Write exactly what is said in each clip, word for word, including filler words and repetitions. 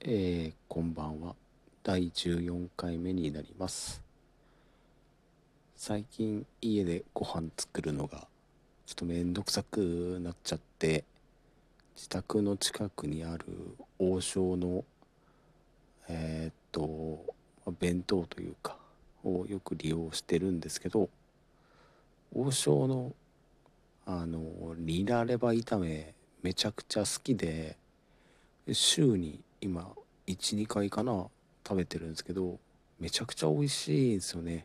えーこんばんは。だいじゅうよんかいめになります。最近家でご飯作るのがちょっとめんどくさくなっちゃって、自宅の近くにある王将のえーっとまあ弁当というかをよく利用してるんですけど、王将のあのニラレバ炒めめちゃくちゃ好きで、週に今いち、にかいかな食べてるんですけど、めちゃくちゃ美味しいんですよね。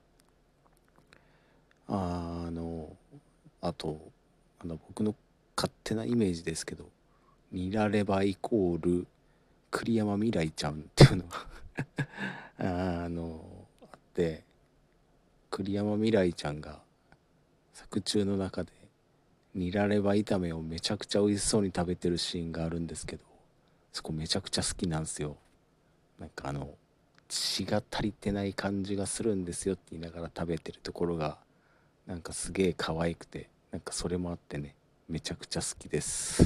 あのあとあの僕の勝手なイメージですけど、ニラレバイコール栗山未来ちゃんっていうのがあのあって、栗山未来ちゃんが作中の中でニラレバ炒めをめちゃくちゃ美味しそうに食べてるシーンがあるんですけど、そこめちゃくちゃ好きなんですよ。なんかあの血が足りてない感じがするんですよって言いながら食べてるところがなんかすげえ可愛くて、なんかそれもあってね、めちゃくちゃ好きです。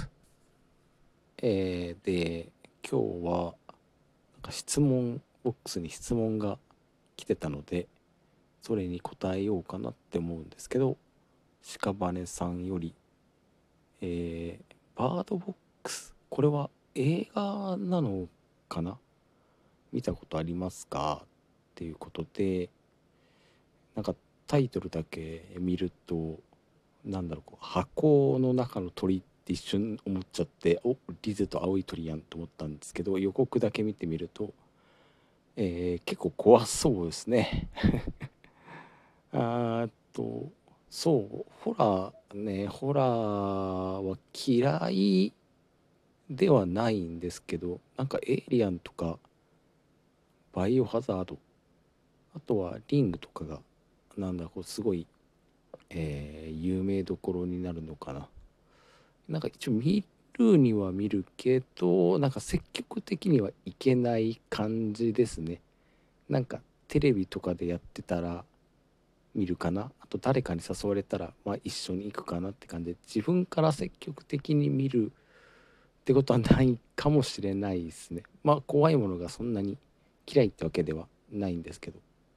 えー、で今日はなんか質問ボックスに質問が来てたので、それに答えようかなって思うんですけど、屍さんより、えーバードボックス、これは映画なのかな、見たことありますかっていうことで、なんかタイトルだけ見ると、なんだろう、こう箱の中の鳥って一瞬思っちゃって、おリゼと青い鳥やんと思ったんですけど、予告だけ見てみると、えー結構怖そうですね。あーっとそうホラーね、ホラーは嫌いではないんですけど、なんかエイリアンとかバイオハザード、あとはリングとかがなんだこうすごい、えー有名どころになるのかな。なんか一応見るには見るけど、なんか積極的にはいけない感じですね。なんかテレビとかでやってたら見るかな、あと誰かに誘われたらまあ一緒に行くかなって感じで、自分から積極的に見るってことはないかもしれないですね。まあ怖いものがそんなに嫌いってわけではないんですけど、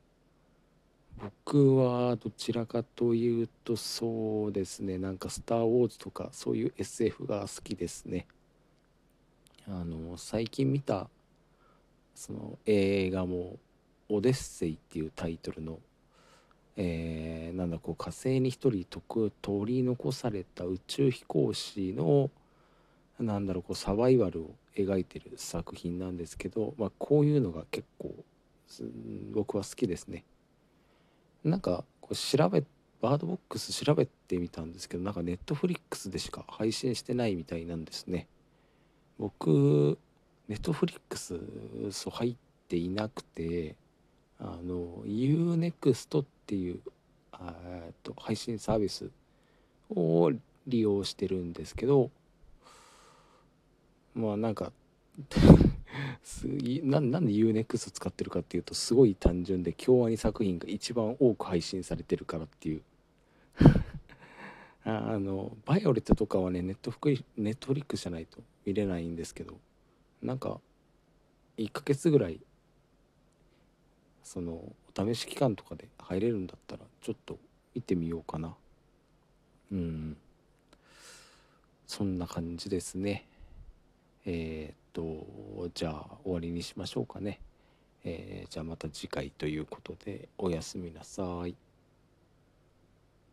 僕はどちらかというとそうですね、なんか「スター・ウォーズ」とかそういう エスエフ が好きですね。あの最近見たその映画も「オデッセイ」っていうタイトルの、えーなんだこう火星に一人取り残された宇宙飛行士のなんだろうこうサバイバルを描いてる作品なんですけど、まあ、こういうのが結構僕は好きですね。なんかこう調べバードボックス調べてみたんですけど、なんかネットフリックスでしか配信してないみたいなんですね。僕ネットフリックスそう入っていなくて、あの ユーネクスト っていうあーえっと配信サービスを利用してるんですけど、まあなんかすいななんで ユーネクスト 使ってるかっていうと、すごい単純で、京アニ作品が一番多く配信されてるからっていう。ああのバイオレットとかはね、ネットフリネットフリックスじゃないと見れないんですけど、なんかいっかげつぐらいそのお試し期間とかで入れるんだったらちょっと見てみようかな。うん、そんな感じですね。えーっとじゃあ終わりにしましょうかね。えーじゃあまた次回ということで、おやすみなさい。